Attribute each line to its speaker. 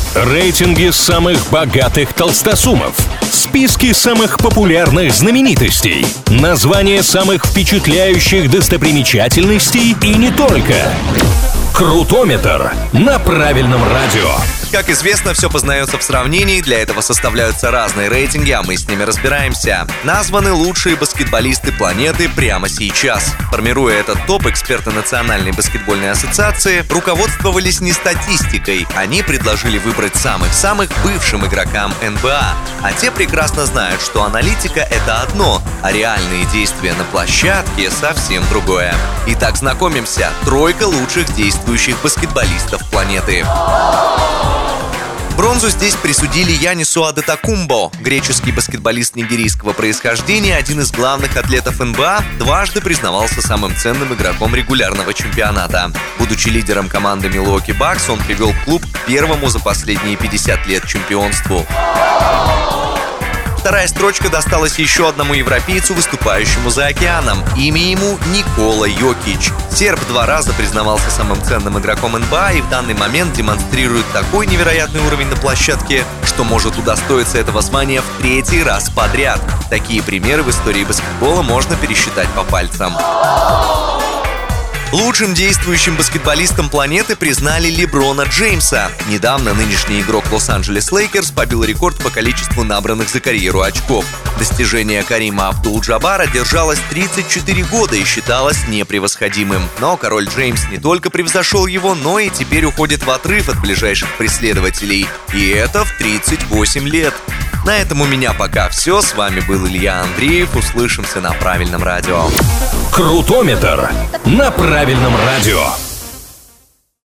Speaker 1: Рейтинги самых богатых толстосумов. Списки самых популярных знаменитостей. Названия самых впечатляющих достопримечательностей и не только. Крутометр на правильном радио.
Speaker 2: Как известно, все познается в сравнении, для этого составляются разные рейтинги, а мы с ними разбираемся. Названы лучшие баскетболисты планеты прямо сейчас. Формируя этот топ, эксперты Национальной баскетбольной ассоциации руководствовались не статистикой. Они предложили выбрать самых бывшим игрокам НБА. А те прекрасно знают, что аналитика — это одно, а реальные действия на площадке — совсем другое. Итак, знакомимся. Тройка лучших действующих баскетболистов планеты. Бронзу здесь присудили Янису Адетокумбо. Греческий баскетболист нигерийского происхождения, один из главных атлетов НБА, дважды признавался самым ценным игроком регулярного чемпионата. Будучи лидером команды Milwaukee Bucks, он привел клуб к первому за последние 50 лет чемпионству. Вторая строчка досталась еще одному европейцу, выступающему за океаном. Имя ему Никола Йокич. Серб 2 раза признавался самым ценным игроком НБА и в данный момент демонстрирует такой невероятный уровень на площадке, что может удостоиться этого звания в 3-й раз подряд. Такие примеры в истории баскетбола можно пересчитать по пальцам. Лучшим действующим баскетболистом планеты признали Леброна Джеймса. Недавно нынешний игрок Лос-Анджелес Лейкерс побил рекорд по количеству набранных за карьеру очков. Достижение Карима Абдул-Джаббара держалось 34 года и считалось непревосходимым. Но король Джеймс не только превзошел его, но и теперь уходит в отрыв от ближайших преследователей. И это в 38 лет. На этом у меня пока все. С вами был Илья Андреев. Услышимся на правильном радио.
Speaker 1: Крутометр на правильном радио.